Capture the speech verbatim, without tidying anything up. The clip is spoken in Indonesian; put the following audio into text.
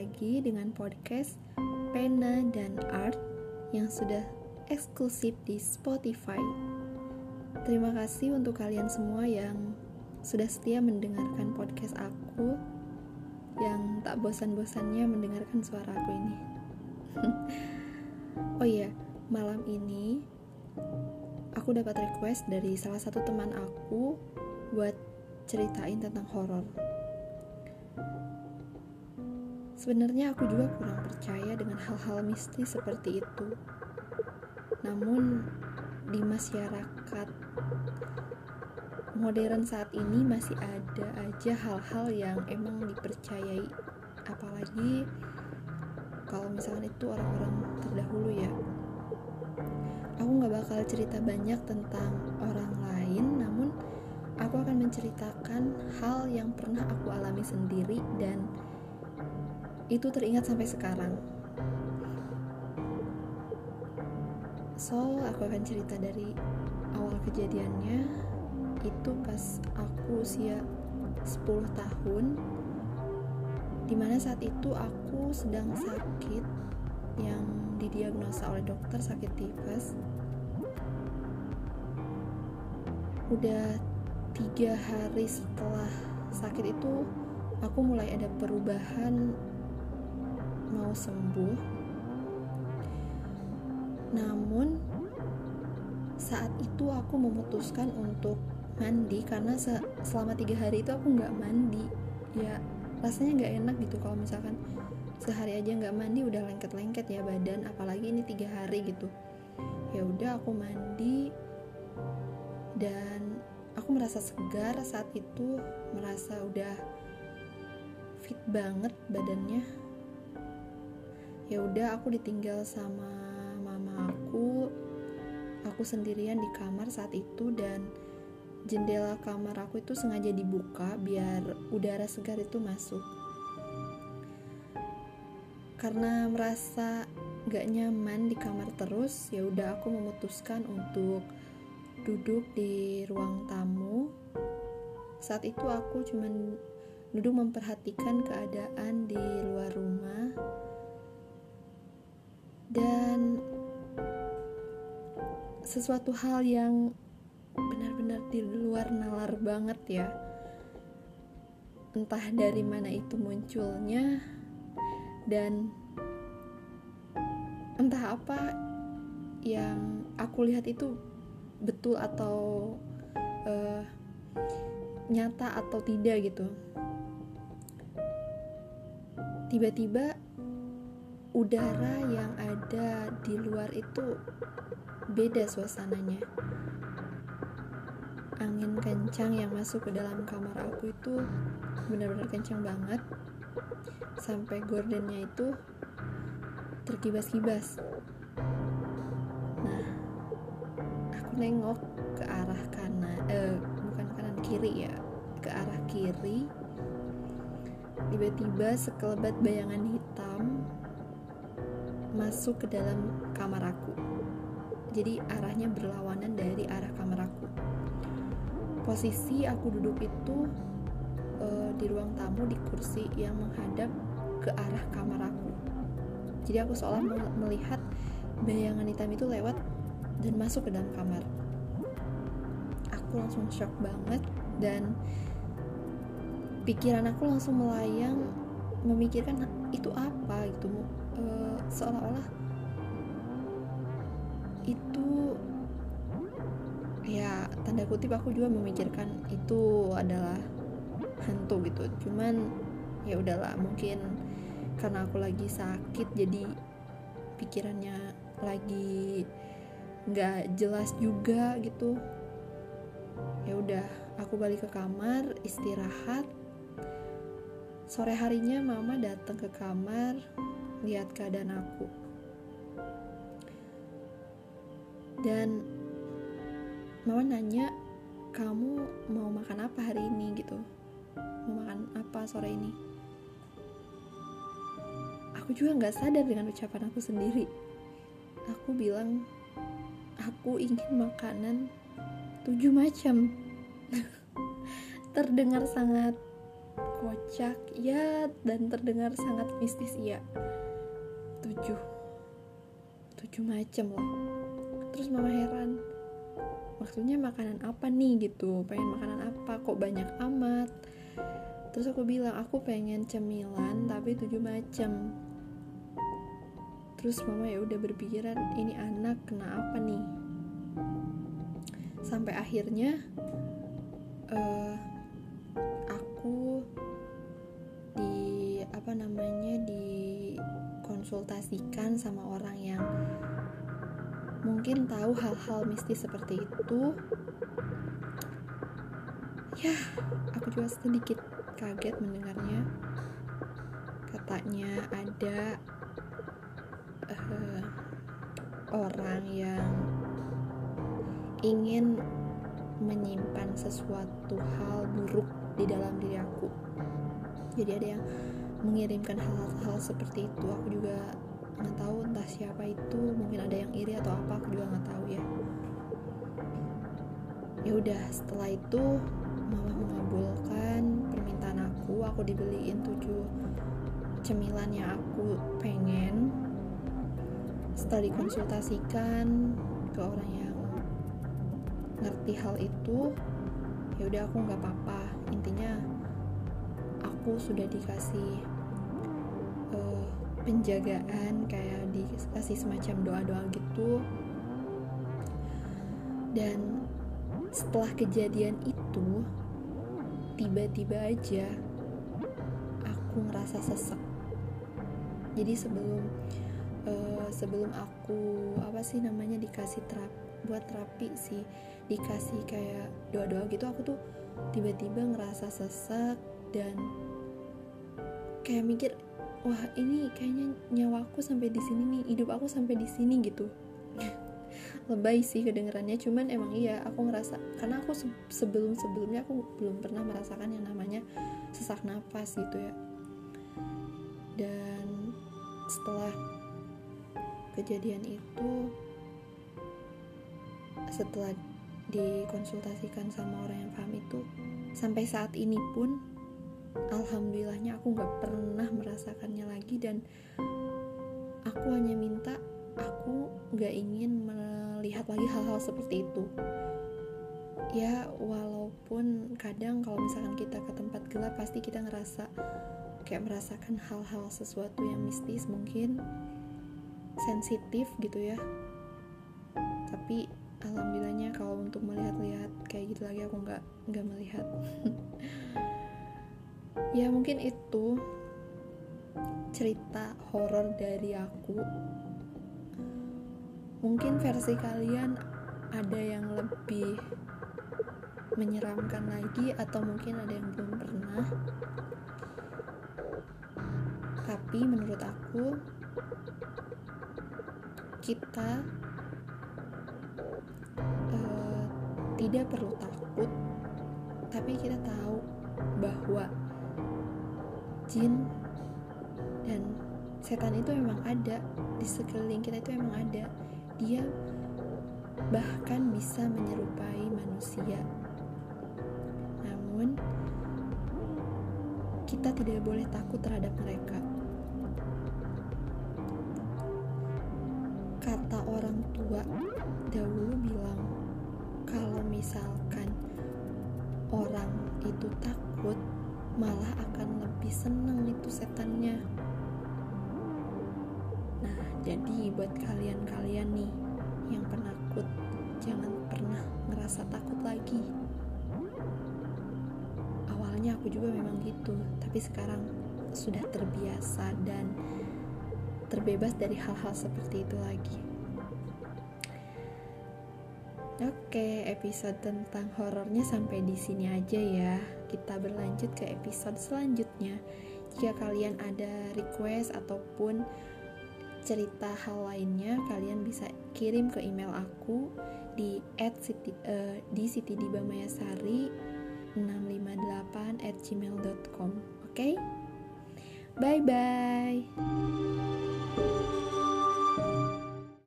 lagi dengan podcast Pena dan Art yang sudah eksklusif di Spotify. Terima kasih untuk kalian semua yang sudah setia mendengarkan podcast aku, yang tak bosan-bosannya mendengarkan suara aku ini. Oh iya, malam ini aku dapat request dari salah satu teman aku buat ceritain tentang horor. Sebenarnya aku juga kurang percaya dengan hal-hal mistis seperti itu. Namun di masyarakat modern saat ini masih ada aja hal-hal yang emang dipercayai, apalagi kalau misalkan itu orang-orang terdahulu ya. Aku gak bakal cerita banyak tentang orang lain, namun aku akan menceritakan hal yang pernah aku alami sendiri dan itu teringat sampai sekarang. So, aku akan cerita dari awal kejadiannya. Itu pas aku usia sepuluh tahun, dimana saat itu aku sedang sakit yang didiagnosa oleh dokter sakit tifus. Udah tiga hari setelah sakit itu aku mulai ada perubahan, mau sembuh. Namun saat itu aku memutuskan untuk mandi karena se- selama tiga hari itu aku nggak mandi. Ya rasanya nggak enak gitu kalau misalkan sehari aja nggak mandi, udah lengket-lengket ya badan, apalagi ini tiga hari gitu. Ya udah aku mandi dan aku merasa segar saat itu, merasa udah fit banget badannya. Ya udah aku ditinggal sama mama aku. Aku sendirian di kamar saat itu dan jendela kamar aku itu sengaja dibuka biar udara segar itu masuk. Karena merasa gak nyaman di kamar terus, ya udah aku memutuskan untuk duduk di ruang tamu. Saat itu aku cuman duduk memperhatikan keadaan di luar rumah. Dan sesuatu hal yang benar-benar di luar nalar banget ya, entah dari mana itu munculnya dan entah apa yang aku lihat itu betul atau uh, nyata atau tidak gitu. Tiba-tiba udara yang ada di luar itu beda suasananya. Angin kencang yang masuk ke dalam kamar aku itu benar-benar kencang banget, sampai gordennya itu terkibas-kibas. Nah, aku nengok ke arah kanan, eh bukan kanan kiri ya, ke arah kiri. Tiba-tiba sekelebat bayangan hitam masuk ke dalam kamar aku. Jadi arahnya berlawanan dari arah kamar aku. Posisi aku duduk itu uh, di ruang tamu di kursi yang menghadap ke arah kamar aku. Jadi aku seolah melihat bayangan hitam itu lewat dan masuk ke dalam kamar. Aku langsung shock banget dan pikiran aku langsung melayang memikirkan itu apa gitu. Uh, seolah-olah itu ya tanda kutip aku juga memikirkan itu adalah hantu gitu. Cuman ya udahlah, mungkin karena aku lagi sakit jadi pikirannya lagi nggak jelas juga gitu. Ya udah, aku balik ke kamar istirahat. Sore harinya mama datang ke kamar lihat keadaan aku dan mama nanya, kamu mau makan apa hari ini gitu, mau makan apa sore ini. Aku juga gak sadar dengan ucapan aku sendiri. Aku bilang, aku ingin makanan tujuh macam. Terdengar sangat kocak ya, dan terdengar sangat mistis ya. Tujuh Tujuh macam lah. Terus mama heran, maksudnya makanan apa nih gitu, pengen makanan apa kok banyak amat. Terus aku bilang aku pengen cemilan tapi tujuh macam. Terus mama ya udah berpikiran ini anak kena apa nih. Sampai akhirnya uh, aku di apa namanya dikonsultasikan sama orang yang mungkin tahu hal-hal mistis seperti itu. Ya, aku juga sedikit kaget mendengarnya. Katanya ada uh, orang yang ingin menyimpan sesuatu hal buruk di dalam diri aku. Jadi ada yang mengirimkan hal-hal seperti itu. Aku juga nggak tahu entah siapa itu, mungkin ada yang iri atau apa, aku juga nggak tahu ya. Ya udah, setelah itu mama mengabulkan permintaan aku. Aku dibeliin tujuh cemilan yang aku pengen. Setelah dikonsultasikan ke orang yang ngerti hal itu, ya udah aku nggak apa-apa. Intinya aku sudah dikasih uh, penjagaan, kayak dikasih semacam doa-doa gitu. Dan setelah kejadian itu, tiba-tiba aja aku ngerasa sesek. Jadi sebelum uh, sebelum aku apa sih namanya dikasih terapi, buat terapi sih, dikasih kayak doa-doa gitu, aku tuh tiba-tiba ngerasa sesek dan kayak mikir, wah ini kayaknya nyawaku sampai di sini nih, hidup aku sampai di sini gitu. Lebay sih kedengerannya, cuman emang iya aku ngerasa, karena aku se- sebelum-sebelumnya aku belum pernah merasakan yang namanya sesak napas gitu ya. Dan setelah kejadian itu, setelah dikonsultasikan sama orang yang paham itu, sampai saat ini pun alhamdulillahnya aku gak pernah merasakannya lagi. Dan aku hanya minta, aku gak ingin melihat lagi hal-hal seperti itu. Ya walaupun kadang kalau misalkan kita ke tempat gelap, pasti kita ngerasa kayak merasakan hal-hal sesuatu yang mistis, mungkin sensitif gitu ya. Tapi alhamdulillahnya kalau untuk melihat-lihat kayak gitu lagi, aku nggak nggak melihat. Ya mungkin itu cerita horor dari aku. Mungkin versi kalian ada yang lebih menyeramkan lagi, atau mungkin ada yang belum pernah. Tapi menurut aku, kita uh, tidak perlu takut, tapi kita tahu bahwa jin dan setan itu memang ada di sekeliling kita, itu memang ada. Dia bahkan bisa menyerupai manusia. Namun kita tidak boleh takut terhadap mereka. Kata orang tua dahulu bilang, kalau misalkan orang itu takut, malah akan lebih senang itu setannya. Nah, jadi buat kalian-kalian nih yang penakut, jangan pernah ngerasa takut lagi. Awalnya aku juga memang gitu, tapi sekarang sudah terbiasa dan terbebas dari hal-hal seperti itu lagi. Oke, episode tentang horornya sampai di sini aja ya. Kita berlanjut ke episode selanjutnya. Jika kalian ada request ataupun cerita hal lainnya, kalian bisa kirim ke email aku di at siti, uh, di sitidibamayasari enam lima delapan at gmail dot com. Oke? Bye bye.